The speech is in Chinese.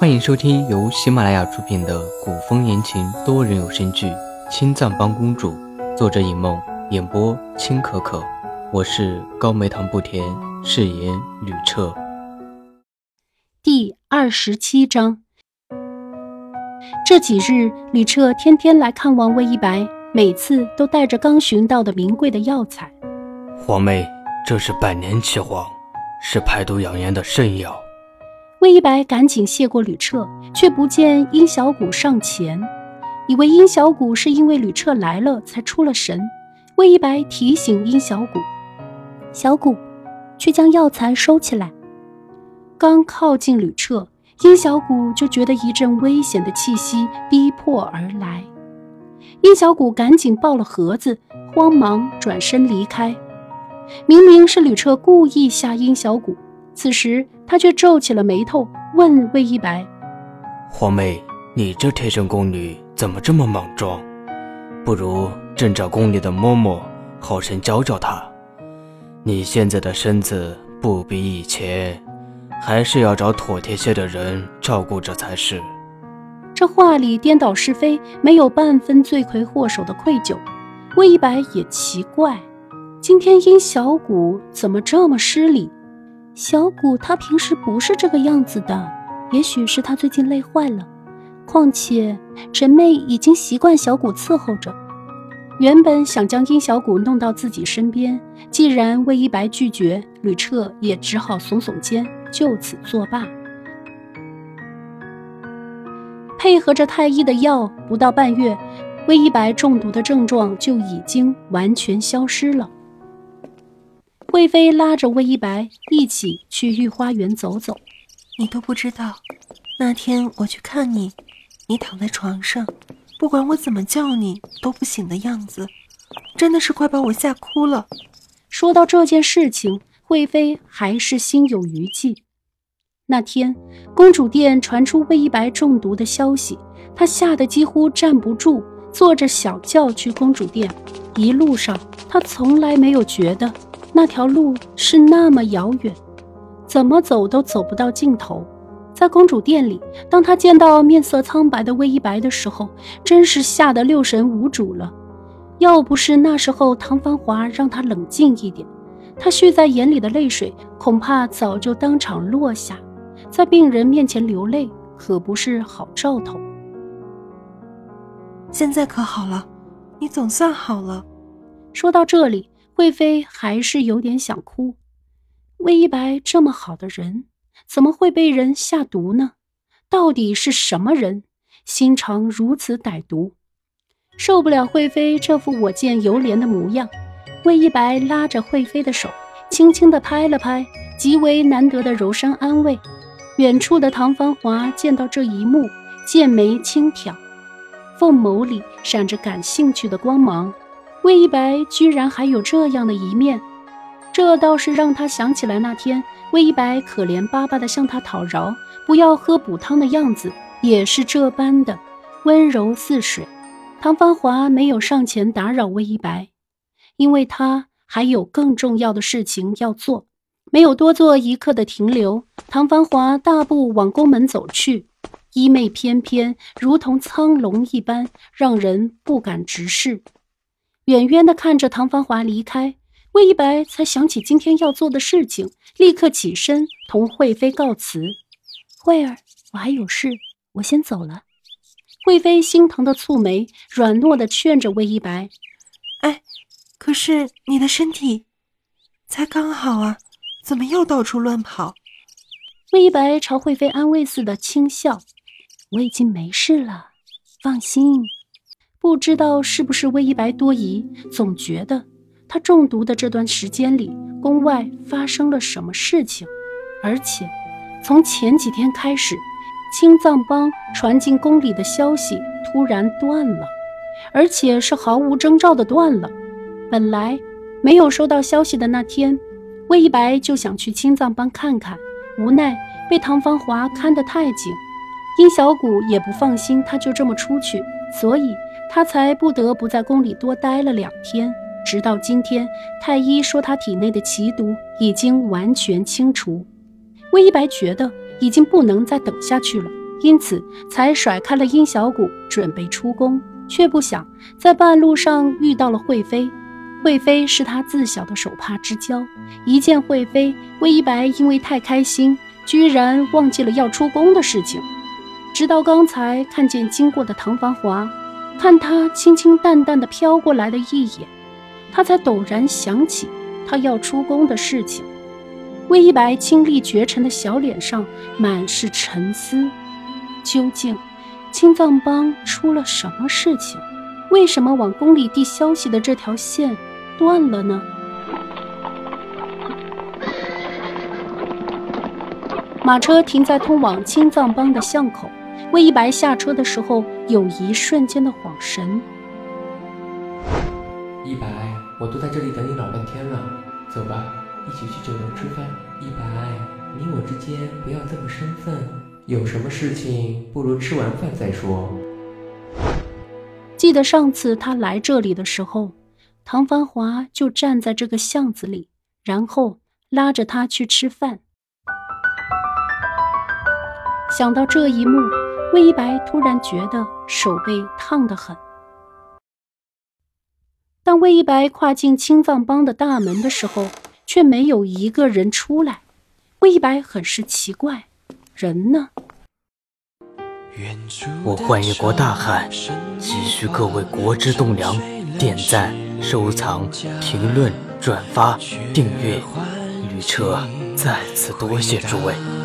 欢迎收听由喜马拉雅出品的古风言情多人有声剧《青藏帮公主》，作者尹梦，演播青可可。我是高梅糖不甜，饰演吕彻。 第27章。这几日吕彻天天来看望魏一白，每次都带着刚寻到的名贵的药材。 皇妹，这是百年奇黄，是排毒养颜的圣药。 魏一白赶紧谢过吕彻，却不见殷小谷上前，以为殷小谷是因为吕彻来了才出了神。魏一白提醒殷小谷：小谷，去将药材收起来。刚靠近吕彻，殷小谷就觉得一阵危险的气息逼迫而来。殷小谷赶紧抱了盒子，慌忙转身离开。明明是吕彻故意吓殷小谷，此时他却皱起了眉头，问魏一白： 皇妹，你这贴身宫女怎么这么莽撞？不如正找宫里的嬷嬷好生教教她。你现在的身子不比以前，还是要找妥帖些的人照顾着才是。 这话里颠倒是非，没有半分罪魁祸首的愧疚。魏一白也奇怪，今天殷小谷怎么这么失礼？小谷他平时不是这个样子的，也许是他最近累坏了。况且陈妹已经习惯小谷伺候着。原本想将殷小谷弄到自己身边，既然魏一白拒绝，吕彻也只好耸耸肩，就此作罢。配合着太医的药，不到半月，魏一白中毒的症状就已经完全消失了。惠妃拉着魏一白一起去御花园走走。 你都不知道，那天我去看你，你躺在床上，不管我怎么叫你都不醒的样子，真的是快把我吓哭了。 说到这件事情，惠妃还是心有余悸。那天公主殿传出魏一白中毒的消息，她吓得几乎站不住，坐着小轿去公主殿。一路上她从来没有觉得那条路是那么遥远，怎么走都走不到尽头。在公主殿里，当她见到面色苍白的魏一白的时候，真是吓得六神无主了。要不是那时候唐繁华让她冷静一点，她蓄在眼里的泪水恐怕早就当场落下。在病人面前流泪可不是好兆头。 现在可好了，你总算好了。 说到这里，惠妃还是有点想哭。魏一白这么好的人，怎么会被人下毒呢？到底是什么人，心肠如此歹毒？受不了惠妃这副我见犹怜的模样，魏一白拉着惠妃的手，轻轻地拍了拍，极为难得的柔声安慰。远处的唐繁华见到这一幕，剑眉轻挑，凤眸里闪着感兴趣的光芒。魏一白居然还有这样的一面，这倒是让他想起来那天魏一白可怜巴巴地向他讨饶，不要喝补汤的样子，也是这般的温柔似水。唐繁华没有上前打扰魏一白，因为他还有更重要的事情要做，没有多做一刻的停留。唐繁华大步往宫门走去，衣袂翩翩，如同苍龙一般，让人不敢直视。远远地看着唐繁华离开，魏一白才想起今天要做的事情，立刻起身同惠妃告辞。惠儿，我还有事，我先走了。惠妃心疼的蹙眉，软糯地劝着魏一白： 哎，可是你的身体才刚好啊，怎么又到处乱跑？ 魏一白朝惠妃安慰似的轻笑：我已经没事了，放心。不知道是不是魏一白多疑，总觉得他中毒的这段时间里，宫外发生了什么事情。而且从前几天开始，青藏帮传进宫里的消息突然断了，而且是毫无征兆的断了。本来没有收到消息的那天，魏一白就想去青藏帮看看，无奈被唐繁华看得太紧，殷小谷也不放心他就这么出去，所以他才不得不在宫里多待了2天。直到今天，太医说他体内的奇毒已经完全清除。魏一白觉得已经不能再等下去了， 因此才甩开了殷小谷，准备出宫，却不想在半路上遇到了惠妃。惠妃是他自小的手帕之交，一见惠妃，魏一白因为太开心，居然忘记了要出宫的事情。直到刚才看见经过的唐繁华，看他清清淡淡的飘过来的一眼，他才陡然想起他要出宫的事情。魏一白清丽绝尘的小脸上满是沉思，究竟青藏帮出了什么事情？为什么往宫里递消息的这条线断了呢？马车停在通往青藏帮的巷口，魏一白下车的时候有一瞬间的恍神。 一白，我都在这里等你老半天了，走吧，一起去酒楼吃饭。一白，你我之间不要这么生分，有什么事情不如吃完饭再说。 记得上次他来这里的时候，唐繁华就站在这个巷子里，然后拉着他去吃饭。想到这一幕，魏一白突然觉得手背烫得很。当魏一白跨进青藏帮的大门的时候，却没有一个人出来。魏一白很是奇怪，人呢？ 我幻一国大汉，急需各位国之栋梁点赞、收藏、评论、转发、订阅。旅车再次多谢诸位。